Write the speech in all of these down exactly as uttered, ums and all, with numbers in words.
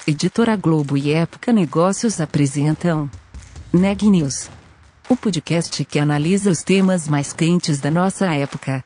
Editora Globo e Época Negócios apresentam Neg News, o podcast que analisa os temas mais quentes da nossa época.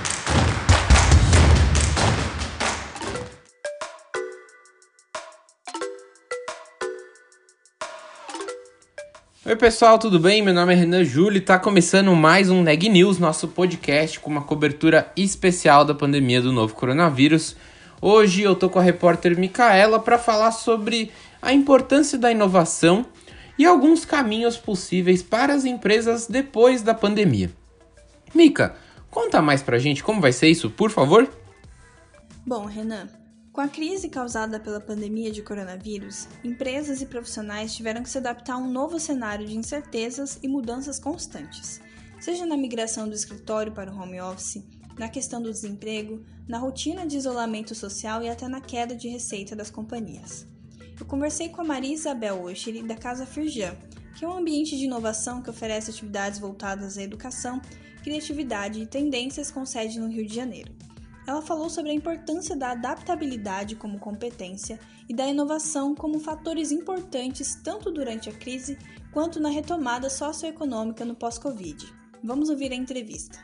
Oi pessoal, tudo bem? Meu nome é Renan Júlio e está começando mais um Neg News, nosso podcast com uma cobertura especial da pandemia do novo coronavírus. Hoje eu tô com a repórter Micaela para falar sobre a importância da inovação e alguns caminhos possíveis para as empresas depois da pandemia. Mica, conta mais pra gente como vai ser isso, por favor? Bom, Renan, com a crise causada pela pandemia de coronavírus, empresas e profissionais tiveram que se adaptar a um novo cenário de incertezas e mudanças constantes, seja na migração do escritório para o home office, na questão do desemprego, na rotina de isolamento social e até na queda de receita das companhias. Eu conversei com a Maria Isabel Oshiri, da Casa Firjan, que é um ambiente de inovação que oferece atividades voltadas à educação, criatividade e tendências com sede no Rio de Janeiro. Ela falou sobre a importância da adaptabilidade como competência e da inovação como fatores importantes tanto durante a crise quanto na retomada socioeconômica no pós-Covid. Vamos ouvir a entrevista.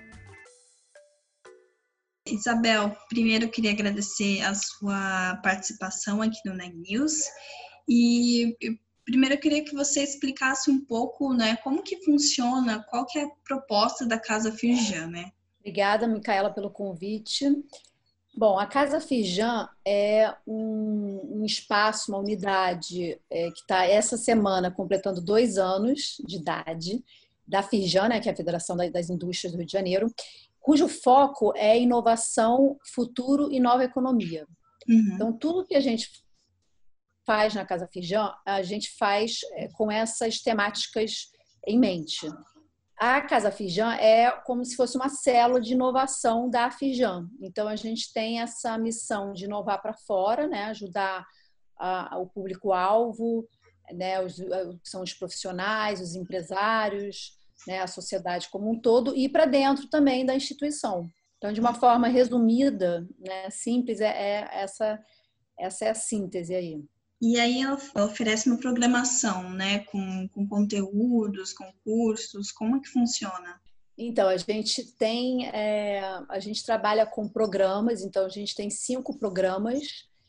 Isabel, primeiro eu queria agradecer a sua participação aqui no Neg News e primeiro eu queria que você explicasse um pouco, né, como que funciona, qual que é a proposta da Casa Firjan, né? Obrigada, Micaela, pelo convite. Bom, a Casa Firjan é um, um espaço, uma unidade é, que está essa semana completando dois anos de idade, da Firjan, né, que é a Federação das Indústrias do Rio de Janeiro, cujo foco é inovação, futuro e nova economia. Uhum. Então, tudo que a gente faz na Casa Firjan, a gente faz é, com essas temáticas em mente. A Casa Firjan é como se fosse uma célula de inovação da Firjan. Então, a gente tem essa missão de inovar para fora, né? Ajudar a, o público-alvo, né? Os, são os profissionais, os empresários, né? A sociedade como um todo, e para dentro também da instituição. Então, de uma forma resumida, né? Simples, é, é essa, essa é a síntese aí. E aí ela oferece uma programação, né, com, com conteúdos, com cursos, como é que funciona? Então, a gente tem, é, a gente trabalha com programas, então a gente tem cinco programas,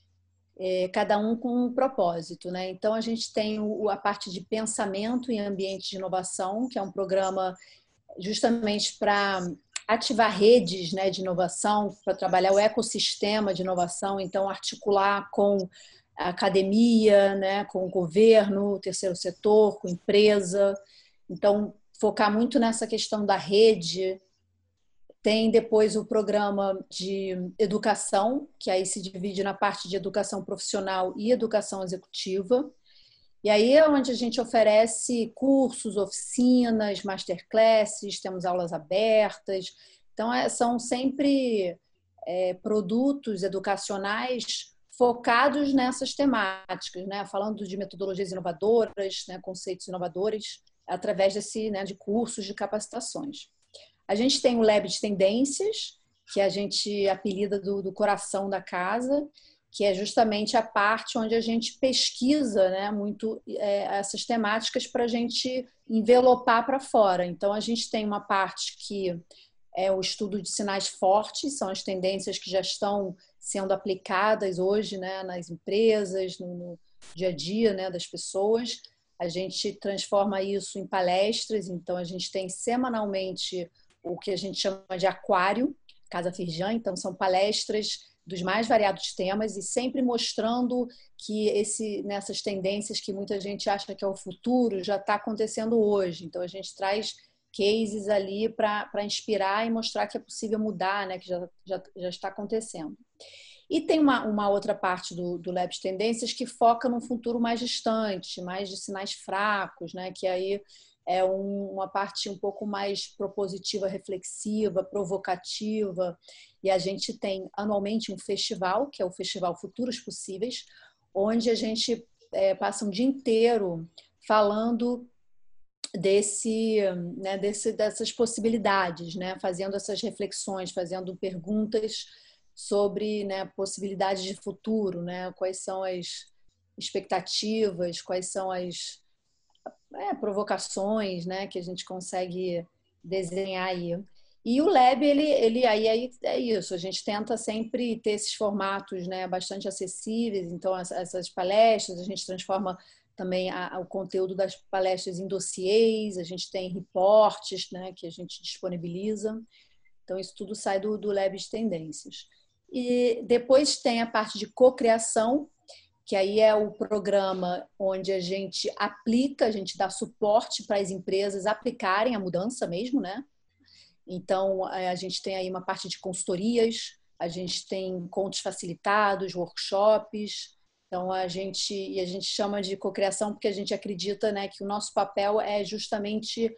é, cada um com um propósito, né? Então a gente tem o, a parte de pensamento em ambiente de inovação, que é um programa justamente para ativar redes, né, de inovação, para trabalhar o ecossistema de inovação, então articular com a academia, né, com o governo, o terceiro setor, com empresa. Então, focar muito nessa questão da rede. Tem depois o programa de educação, que aí se divide na parte de educação profissional e educação executiva. E aí é onde a gente oferece cursos, oficinas, masterclasses, temos aulas abertas. Então, é, são sempre é, produtos educacionais focados nessas temáticas, né? Falando de metodologias inovadoras, né? Conceitos inovadores, através desse, né, de cursos de capacitações. A gente tem o Lab de Tendências, que a gente apelida do, do coração da casa, que é justamente a parte onde a gente pesquisa, né, muito é, essas temáticas para a gente envelopar para fora. Então, a gente tem uma parte que é o estudo de sinais fortes, são as tendências que já estão sendo aplicadas hoje, né, nas empresas, no, no dia a dia, né, das pessoas. A gente transforma isso em palestras, então a gente tem semanalmente o que a gente chama de aquário, Casa Firjan, então são palestras dos mais variados temas e sempre mostrando que esse, nessas tendências que muita gente acha que é o futuro, já está acontecendo hoje. Então a gente traz cases ali para inspirar e mostrar que é possível mudar, né? Que já, já, já está acontecendo. E tem uma, uma outra parte do, do Lab de Tendências que foca num futuro mais distante, mais de sinais fracos, né? Que aí é um, uma parte um pouco mais propositiva, reflexiva, provocativa. E a gente tem anualmente um festival, que é o Festival Futuros Possíveis, onde a gente é, passa um dia inteiro falando desse, né, desse, dessas possibilidades, né, fazendo essas reflexões, fazendo perguntas sobre, né, possibilidades de futuro, né, quais são as, expectativas, quais são as é, provocações, né, que a gente consegue desenhar aí. E o Lab, ele, ele aí, aí é isso, a gente tenta sempre ter esses formatos, né, bastante acessíveis, então essas palestras, a gente transforma também a, a, o conteúdo das palestras em dossiês, a gente tem reportes, né, que a gente disponibiliza, então isso tudo sai do, do Lab de Tendências. E depois tem a parte de cocriação, que aí é o programa onde a gente aplica, a gente dá suporte para as empresas aplicarem a mudança mesmo, né? Então, a gente tem aí uma parte de consultorias, a gente tem encontros facilitados, workshops. Então, a gente, e a gente chama de cocriação porque a gente acredita, né, que o nosso papel é justamente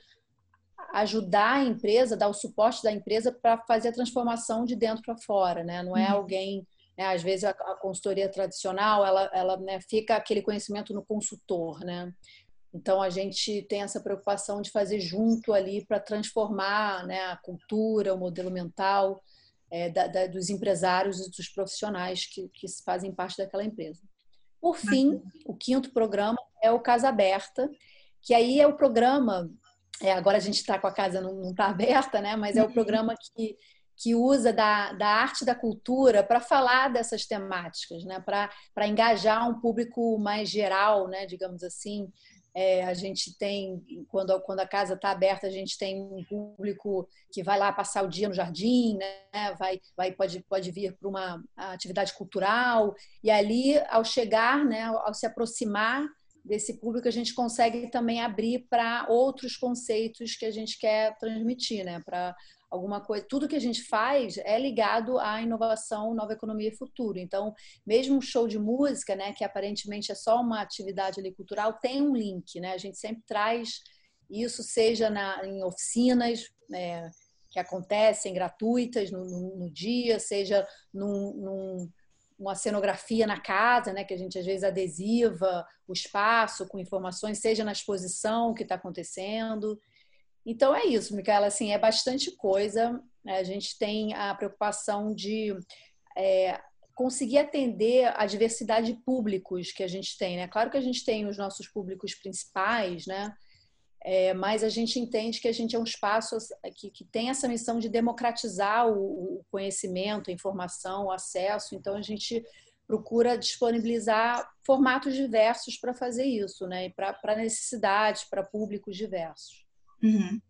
ajudar a empresa, dar o suporte da empresa para fazer a transformação de dentro para fora, né? Não é uhum. alguém... Né, às vezes, a, a consultoria tradicional, ela, ela né, fica aquele conhecimento no consultor, né? Então, a gente tem essa preocupação de fazer junto ali para transformar, né, a cultura, o modelo mental é, da, da, dos empresários e dos profissionais que, que fazem parte daquela empresa. Por fim, o quinto programa é o Casa Aberta, que aí é o programa, é, agora a gente está com a casa, não está aberta, né, mas é o programa que, que usa da, da arte e da cultura para falar dessas temáticas, né, para engajar um público mais geral, né, digamos assim. É, a gente tem, quando, quando a casa está aberta, a gente tem um público que vai lá passar o dia no jardim, né? vai, vai, pode, pode vir para uma atividade cultural, e ali, ao chegar, né, ao se aproximar desse público, a gente consegue também abrir para outros conceitos que a gente quer transmitir, né? Para alguma coisa, tudo que a gente faz é ligado à inovação, nova economia e futuro. Então, mesmo um show de música, né, que aparentemente é só uma atividade ali cultural, tem um link, né? A gente sempre traz isso, seja na, em oficinas, né, que acontecem gratuitas no, no, no dia, seja num, num, uma cenografia na casa, né, que a gente às vezes adesiva o espaço com informações, seja na exposição que está acontecendo. Então é isso, Micaela, assim, é bastante coisa, né? A gente tem a preocupação de é, conseguir atender a diversidade de públicos que a gente tem, né? Claro que a gente tem os nossos públicos principais, né? É, mas a gente entende que a gente é um espaço que, que tem essa missão de democratizar o, o conhecimento, a informação, o acesso, então a gente procura disponibilizar formatos diversos para fazer isso, né? Para necessidades, para públicos diversos. Uhum.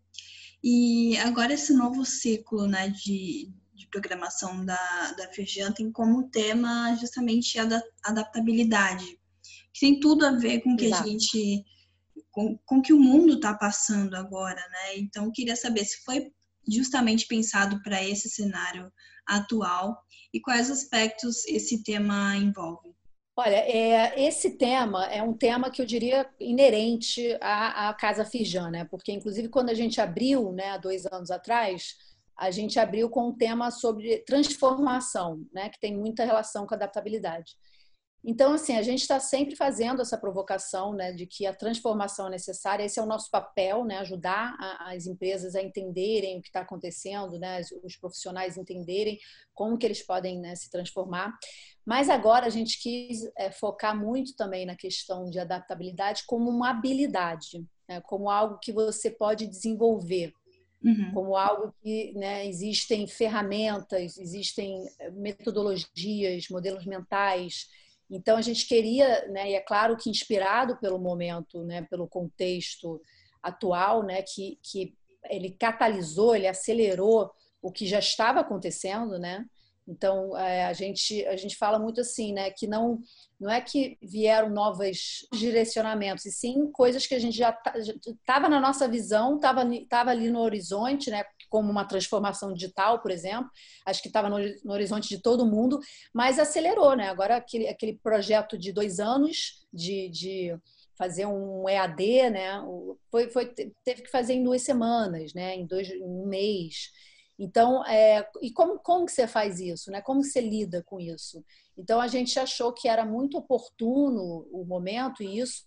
E agora esse novo ciclo, né, de, de programação da, da Firjan tem como tema justamente a da, adaptabilidade, que tem tudo a ver com o que Exato. a gente, com, com que o mundo está passando agora, né? Então eu queria saber se foi justamente pensado para esse cenário atual e quais aspectos esse tema envolve. Olha, é, esse tema é um tema que eu diria inerente à, à Casa Firjan, né? Porque, inclusive, quando a gente abriu, né, há dois anos atrás, a gente abriu com um tema sobre transformação, né, que tem muita relação com a adaptabilidade. Então, assim, a gente está sempre fazendo essa provocação, né, de que a transformação é necessária, esse é o nosso papel, né, ajudar a, as empresas a entenderem o que está acontecendo, né, os profissionais entenderem como que eles podem, né, se transformar. Mas agora a gente quis é, focar muito também na questão de adaptabilidade como uma habilidade, né, como algo que você pode desenvolver. Uhum. Como algo que, né, existem ferramentas, existem metodologias, modelos mentais. Então, a gente queria, né, e é claro que inspirado pelo momento, né, pelo contexto atual, né, que, que ele catalisou, ele acelerou o que já estava acontecendo, né? Então, a gente, a gente fala muito assim, né, que não, não é que vieram novos direcionamentos, e sim coisas que a gente já estava na nossa visão, estava estava ali no horizonte, né, como uma transformação digital, por exemplo, acho que estava no, no horizonte de todo mundo, mas acelerou, né? Agora aquele, aquele projeto de dois anos de, de fazer um E A D, né, foi, foi, teve que fazer em duas semanas, né, em, dois, em um mês. Então, é, e como, como que você faz isso, né? Como você lida com isso? Então, a gente achou que era muito oportuno o momento, e isso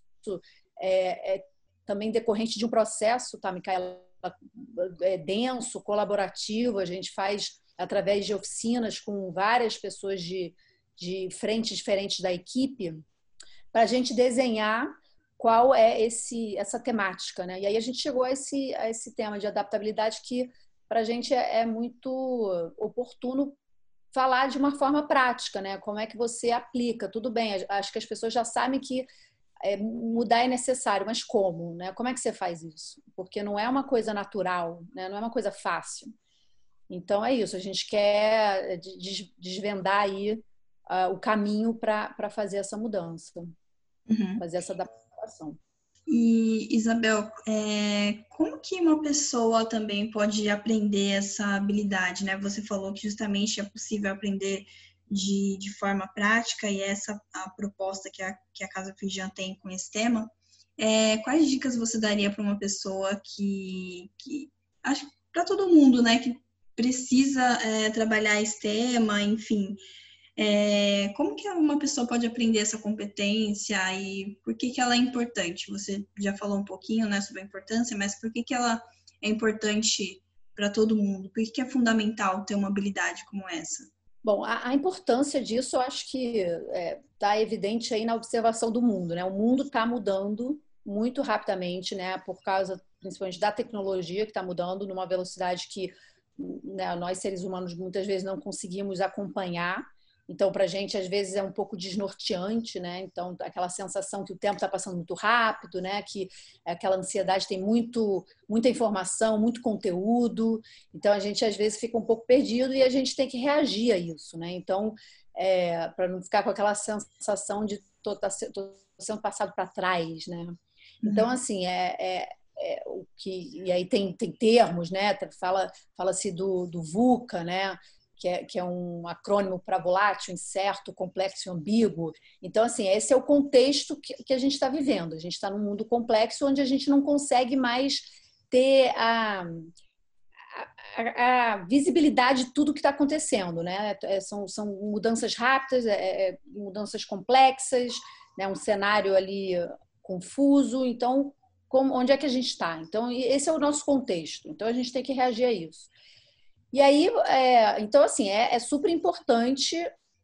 é, é também decorrente de um processo, tá, Micaela? É denso, colaborativo, a gente faz através de oficinas com várias pessoas de, de frentes diferentes da equipe, para a gente desenhar qual é esse, essa temática, né? E aí a gente chegou a esse, a esse tema de adaptabilidade que para a gente é, é muito oportuno falar de uma forma prática, né? Como é que você aplica? Tudo bem, acho que as pessoas já sabem que é, mudar é necessário, mas como, né? Como é que você faz isso? Porque não é uma coisa natural, né? Não é uma coisa fácil. Então é isso, a gente quer desvendar aí uh, o caminho para fazer essa mudança, Uhum. fazer essa adaptação. E, Isabel, é, como que uma pessoa também pode aprender essa habilidade, né? Você falou que justamente é possível aprender de, de forma prática e essa a proposta que a, que a Casa Fijan tem com esse tema. É, quais dicas você daria para uma pessoa que, que acho para todo mundo, né, que precisa é, trabalhar esse tema, enfim, é, como que uma pessoa pode aprender essa competência e por que que ela é importante? Você já falou um pouquinho, né, sobre a importância, mas por que que ela é importante para todo mundo? Por que que é fundamental ter uma habilidade como essa? Bom, a, a importância disso eu acho que está é, evidente aí na observação do mundo, né? O mundo está mudando muito rapidamente, né? Por causa principalmente da tecnologia que está mudando numa velocidade que, né, nós seres humanos muitas vezes não conseguimos acompanhar. Então, para a gente, às vezes, é um pouco desnorteante, né? Então, aquela sensação que o tempo está passando muito rápido, né? Que aquela ansiedade tem muito, muita informação, muito conteúdo. Então, a gente, às vezes, fica um pouco perdido e a gente tem que reagir a isso, né? Então, é, para não ficar com aquela sensação de tô, tá, tô sendo passado para trás, né? Então, assim, é... é É, o que, e aí tem, tem termos, né? Fala, fala-se do, do VUCA, né? Que é, que é um acrônimo para volátil, incerto, complexo e ambíguo. Então, assim, esse é o contexto que, que a gente está vivendo. A gente está num mundo complexo onde a gente não consegue mais ter a, a, a visibilidade de tudo que está acontecendo, né? São, são mudanças rápidas, é, mudanças complexas, né? Um cenário ali confuso. Então, como, onde é que a gente está? Então, esse é o nosso contexto. Então, a gente tem que reagir a isso. E aí, é, então, assim, é, é super importante,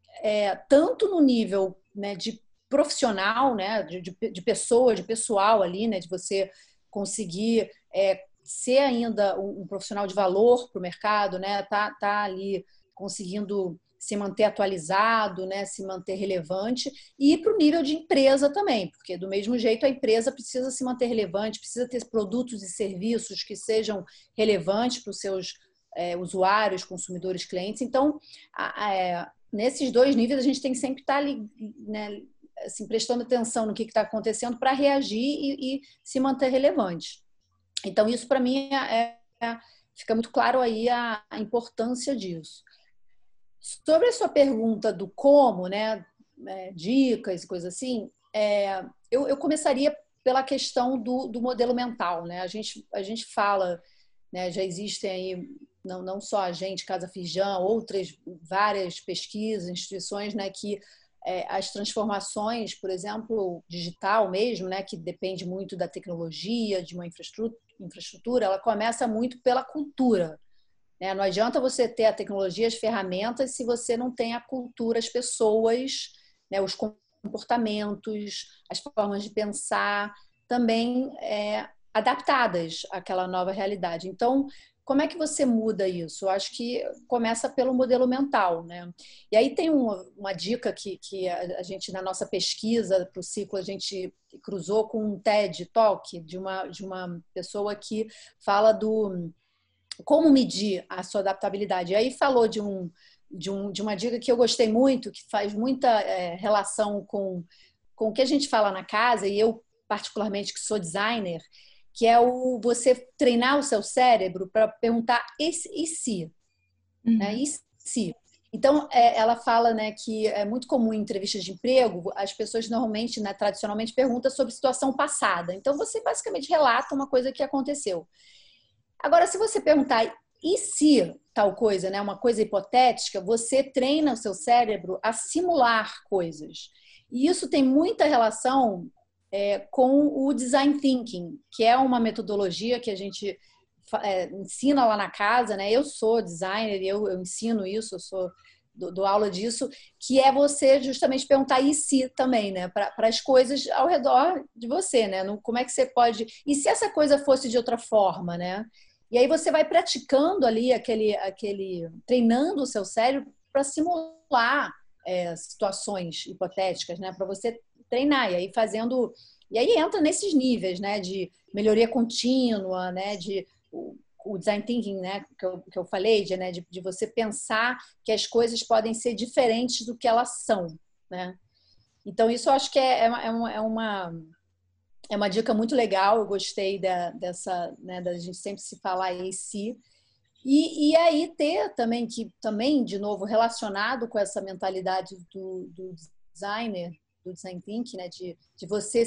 é, tanto no nível, né, de profissional, né, de, de, de pessoa, de pessoal ali, né, de você conseguir é, ser ainda um, um profissional de valor para o mercado, né, tá, tá ali conseguindo se manter atualizado, né, se manter relevante, e para o nível de empresa também, porque do mesmo jeito a empresa precisa se manter relevante, precisa ter produtos e serviços que sejam relevantes para os seus é, usuários, consumidores, clientes. Então, a, a, é, nesses dois níveis a gente tem que sempre estar ali, né, assim, prestando atenção no que está acontecendo para reagir e, e se manter relevante. Então, isso para mim é, é, fica muito claro aí a, a importância disso. Sobre a sua pergunta do como, né, é, dicas e coisas assim, é, eu, eu começaria pela questão do, do modelo mental, né? A gente, a gente fala, né, já existem aí, não, não só a gente, Casa Fijan, outras várias pesquisas, instituições, né, que é, as transformações, por exemplo, digital mesmo, né, que depende muito da tecnologia, de uma infraestrutura, infraestrutura, ela começa muito pela cultura. Não adianta você ter a tecnologia, as ferramentas, se você não tem a cultura, as pessoas, né, os comportamentos, as formas de pensar, também é, adaptadas àquela nova realidade. Então, como é que você muda isso? Eu acho que começa pelo modelo mental, né? E aí tem uma, uma dica que, que a gente, na nossa pesquisa para o ciclo, a gente cruzou com um TED Talk de uma, de uma pessoa que fala do como medir a sua adaptabilidade. E aí falou de, um, de, um, de uma dica que eu gostei muito, que faz muita é, relação com, com o que a gente fala na casa, e eu particularmente que sou designer, que é o você treinar o seu cérebro para perguntar e, e se? Uhum. Né? E se? Então, é, ela fala, né, que é muito comum em entrevistas de emprego, as pessoas normalmente, né, tradicionalmente, perguntam sobre situação passada. Então, você basicamente relata uma coisa que aconteceu. Agora, se você perguntar e se tal coisa, né, uma coisa hipotética, você treina o seu cérebro a simular coisas. E isso tem muita relação é, com o design thinking, que é uma metodologia que a gente é, ensina lá na casa, né? Eu sou designer, eu, eu ensino isso, eu sou dou, dou aula disso, que é você justamente perguntar e se também, né? Para as coisas ao redor de você, né? No, como é que você pode... E se essa coisa fosse de outra forma, né? E aí você vai praticando ali, aquele, aquele, treinando o seu cérebro para simular é, situações hipotéticas, né? Para você treinar. E aí fazendo... E aí entra nesses níveis, né? De melhoria contínua, né? De... o design thinking, né, que eu, que eu falei, de, né, de, de você pensar que as coisas podem ser diferentes do que elas são, né? Então, isso eu acho que é, é, uma, é, uma, é uma dica muito legal, eu gostei da, dessa, né, da gente sempre se falar em si. E, e aí ter também, que também, de novo, relacionado com essa mentalidade do, do designer, do design thinking, né, de, de você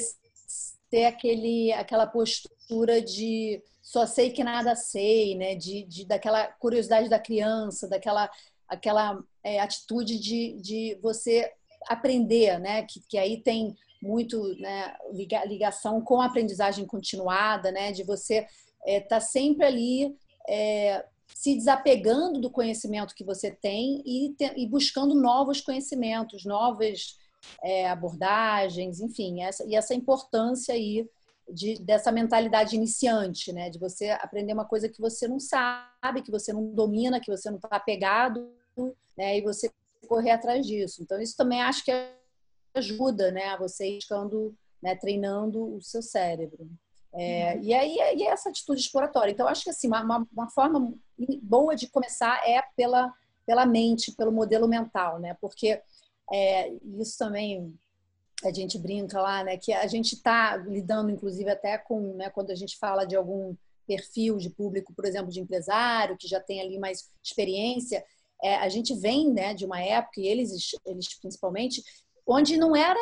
ter aquele, aquela postura de só sei que nada sei, né? De, de, daquela curiosidade da criança, daquela aquela, é, atitude de, de você aprender, né? Que, que aí tem muito, né, ligação com a aprendizagem continuada, né? De você estar é, tá sempre ali é, se desapegando do conhecimento que você tem e, te, e buscando novos conhecimentos, novas é, abordagens, enfim, essa, e essa importância aí De, dessa mentalidade iniciante, né? De você aprender uma coisa que você não sabe, que você não domina, que você não está apegado, né? E você correr atrás disso. Então, isso também acho que ajuda, né? A você ir buscando, né? Treinando o seu cérebro. É, e aí e essa atitude exploratória. Então, acho que assim, uma, uma forma boa de começar é pela, pela mente, pelo modelo mental, né? Porque é, isso também... a gente brinca lá, né, que a gente está lidando, inclusive, até com, né, quando a gente fala de algum perfil de público, por exemplo, de empresário, que já tem ali mais experiência, é, a gente vem, né, de uma época, e eles, eles principalmente, onde não era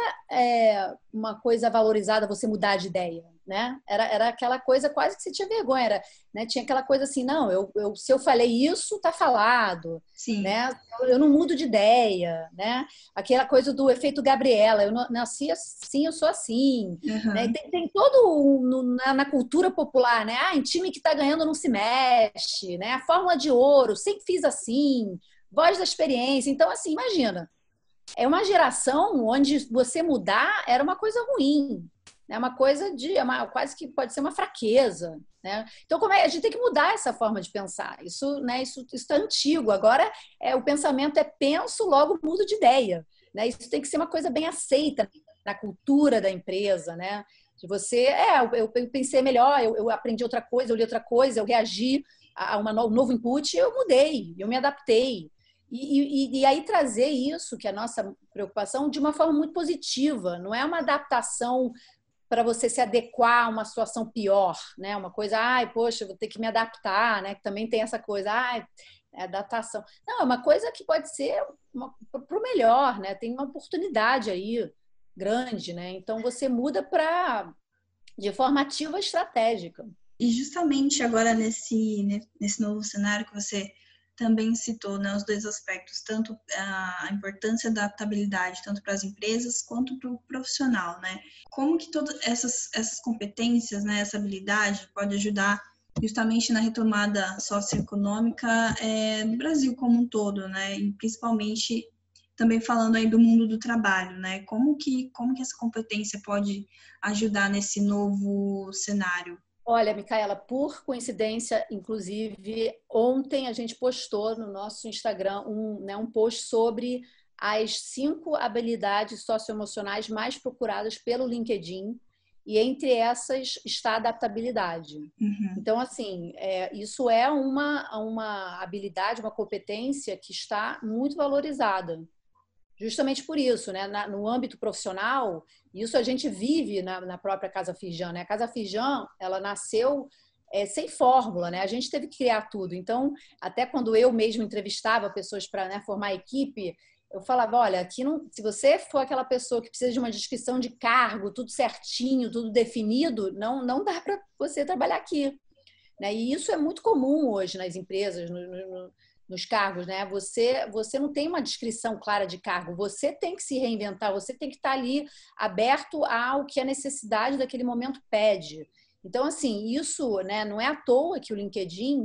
é, uma coisa valorizada você mudar de ideia, né? Era, era aquela coisa quase que você tinha vergonha, era, né? Tinha aquela coisa assim, não, eu, eu, se eu falei isso, tá falado, Sim. Né? Eu não mudo de ideia, né? Aquela coisa do efeito Gabriela, eu nasci assim, eu sou assim, Uhum. né? Tem, tem todo no, na, na cultura popular, né? Ah, em time que tá ganhando não se mexe, né? A fórmula de ouro, sempre fiz assim, voz da experiência. Então, assim, imagina, é uma geração onde você mudar era uma coisa ruim, é uma coisa de, é uma, quase que pode ser uma fraqueza, né? Então, como é, a gente tem que mudar essa forma de pensar. Isso, né, isso, isso é antigo. Agora, é, o pensamento é penso, logo mudo de ideia, né? Isso tem que ser uma coisa bem aceita na cultura da empresa, né? De você, é, eu, eu pensei melhor, eu, eu aprendi outra coisa, eu li outra coisa, eu reagi a uma, um novo input, eu mudei, eu me adaptei. E, e, e aí trazer isso, que é a nossa preocupação, de uma forma muito positiva. Não é uma adaptação para você se adequar a uma situação pior, né? Uma coisa, ai, poxa, vou ter que me adaptar, né? Que também tem essa coisa, ai, é adaptação. Não, é uma coisa que pode ser para o melhor, né? Tem uma oportunidade aí grande, né? Então você muda para de forma ativa estratégica. E justamente agora nesse, nesse novo cenário que você também citou, né, os dois aspectos, tanto a importância da adaptabilidade, tanto para as empresas quanto para o profissional, né? Como que todas essas, essas competências, né, essa habilidade pode ajudar justamente na retomada socioeconômica é, do Brasil como um todo, né? E principalmente também falando aí do mundo do trabalho, né? Como que, como que essa competência pode ajudar nesse novo cenário? Olha, Micaela, por coincidência, inclusive, ontem a gente postou no nosso Instagram um, né, um post sobre as cinco habilidades socioemocionais mais procuradas pelo LinkedIn, e entre essas está a adaptabilidade. Uhum. Então, assim, é, isso é uma, uma habilidade, uma competência que está muito valorizada. Justamente por isso, né? Na, no âmbito profissional, isso a gente vive na, na própria Casa Firjan, né? A Casa Firjan, ela nasceu é, sem fórmula, né? A gente teve que criar tudo. Então, até quando eu mesmo entrevistava pessoas para, né, formar a equipe, eu falava, olha, aqui não, se você for aquela pessoa que precisa de uma descrição de cargo, tudo certinho, tudo definido, não, não dá para você trabalhar aqui, né? E isso é muito comum hoje nas empresas, no, no, nos cargos, né? Você, você não tem uma descrição clara de cargo, você tem que se reinventar, você tem que estar ali aberto ao que a necessidade daquele momento pede. Então, assim, isso, né, não é à toa que o LinkedIn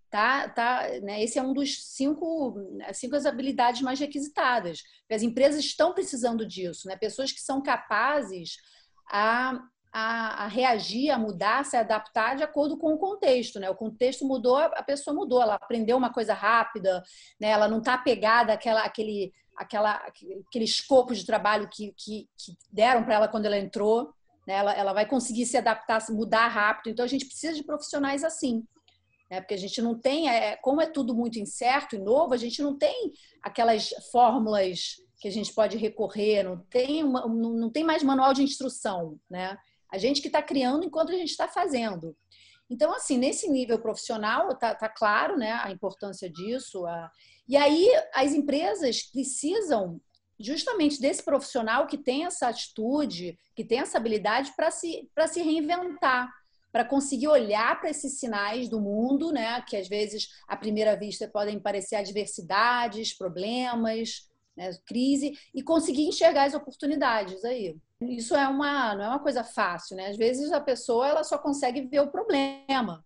Tá, tá, né? Esse é um dos cinco, cinco as habilidades mais requisitadas. As empresas estão precisando disso, né? Pessoas que são capazes a, a, a reagir, a mudar, a se adaptar de acordo com o contexto, né? O contexto mudou, a pessoa mudou, ela aprendeu uma coisa rápida, né? Ela não está apegada àquela, àquele, àquela, àquele escopo de trabalho que, que, que deram para ela quando ela entrou, né? Ela, ela vai conseguir se adaptar, mudar rápido. Então, a gente precisa de profissionais assim. É, porque a gente não tem, é, como é tudo muito incerto e novo, a gente não tem aquelas fórmulas que a gente pode recorrer, não tem, uma, não, não tem mais manual de instrução, né? A gente que está criando enquanto a gente está fazendo. Então, assim, nesse nível profissional, está tá claro, né, a importância disso. A... E aí, as empresas precisam justamente desse profissional que tem essa atitude, que tem essa habilidade para se, para se reinventar, para conseguir olhar para esses sinais do mundo, né, que às vezes, à primeira vista, podem parecer adversidades, problemas, né, crise, e conseguir enxergar as oportunidades aí. Isso é uma, não é uma coisa fácil, né? Às vezes a pessoa ela só consegue ver o problema,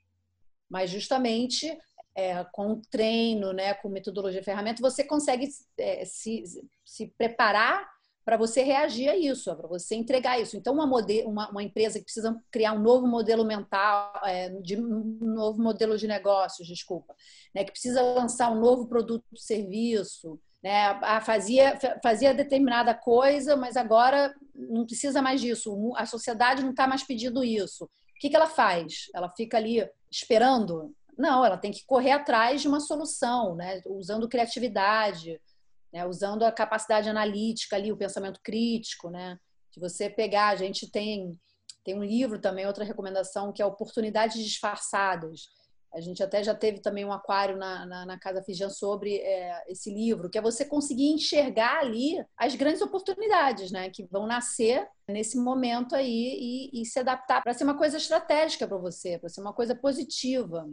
mas justamente é, com treino, né, com metodologia e ferramenta, você consegue é, se, se preparar para você reagir a isso, para você entregar isso. Então, uma, modelo, uma, uma empresa que precisa criar um novo modelo mental, é, de, um novo modelo de negócios, desculpa, né, que precisa lançar um novo produto ou serviço, né, a, fazia, fazia determinada coisa, mas agora não precisa mais disso, a sociedade não está mais pedindo isso. O que, que ela faz? Ela fica ali esperando? Não, ela tem que correr atrás de uma solução, né, usando criatividade, né, usando a capacidade analítica ali, o pensamento crítico, né? De você pegar, a gente tem, tem um livro também, outra recomendação, que é Oportunidades Disfarçadas. A gente até já teve também um aquário na, na, na Casa Fijan sobre é, esse livro, que é você conseguir enxergar ali as grandes oportunidades, né, que vão nascer nesse momento aí e, e se adaptar para ser uma coisa estratégica para você, para ser uma coisa positiva.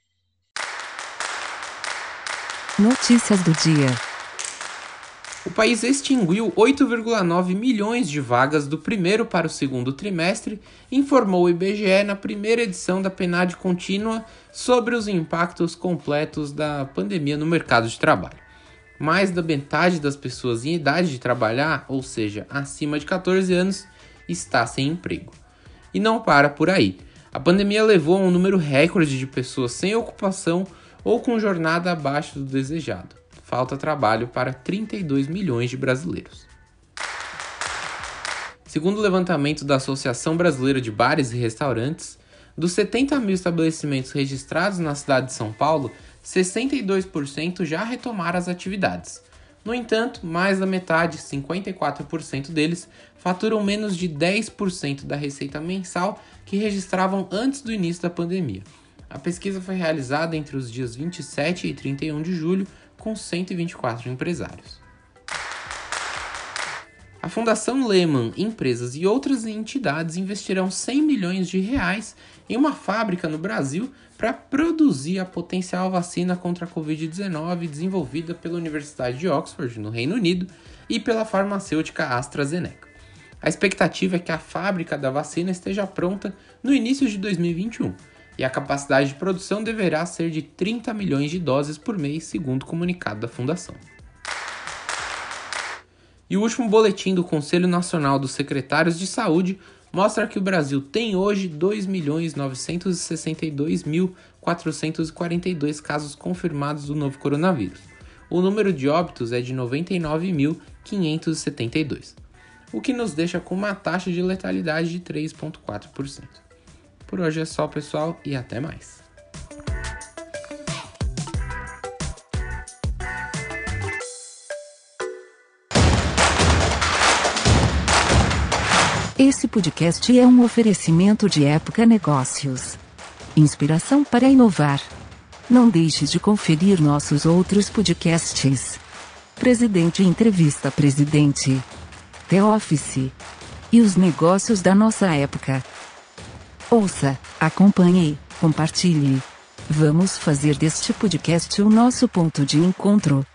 Notícias do dia. O país extinguiu oito vírgula nove milhões de vagas do primeiro para o segundo trimestre, informou o I B G E na primeira edição da P N A D contínua sobre os impactos completos da pandemia no mercado de trabalho. Mais da metade das pessoas em idade de trabalhar, ou seja, acima de catorze anos, está sem emprego. E não para por aí. A pandemia levou a um número recorde de pessoas sem ocupação ou com jornada abaixo do desejado. Falta trabalho para trinta e dois milhões de brasileiros. Segundo o levantamento da Associação Brasileira de Bares e Restaurantes, dos setenta mil estabelecimentos registrados na cidade de São Paulo, sessenta e dois por cento já retomaram as atividades. No entanto, mais da metade, cinquenta e quatro por cento deles, faturam menos de dez por cento da receita mensal que registravam antes do início da pandemia. A pesquisa foi realizada entre os dias vinte e sete e trinta e um de julho, com cento e vinte e quatro empresários. A Fundação Lehman, empresas e outras entidades investirão cem milhões de reais em uma fábrica no Brasil para produzir a potencial vacina contra a covid dezenove desenvolvida pela Universidade de Oxford, no Reino Unido, e pela farmacêutica AstraZeneca. A expectativa é que a fábrica da vacina esteja pronta no início de dois mil e vinte e um, e a capacidade de produção deverá ser de trinta milhões de doses por mês, segundo o comunicado da Fundação. E o último boletim do Conselho Nacional dos Secretários de Saúde mostra que o Brasil tem hoje dois milhões novecentos e sessenta e dois mil quatrocentos e quarenta e dois casos confirmados do novo coronavírus. O número de óbitos é de noventa e nove mil quinhentos e setenta e dois, o que nos deixa com uma taxa de letalidade de três vírgula quatro por cento. Por hoje é só, pessoal, e até mais. Esse podcast é um oferecimento de Época Negócios. Inspiração para inovar. Não deixe de conferir nossos outros podcasts. Presidente Entrevista Presidente. The Office. E os negócios da nossa época. Ouça, acompanhe, compartilhe. Vamos fazer deste podcast o nosso ponto de encontro.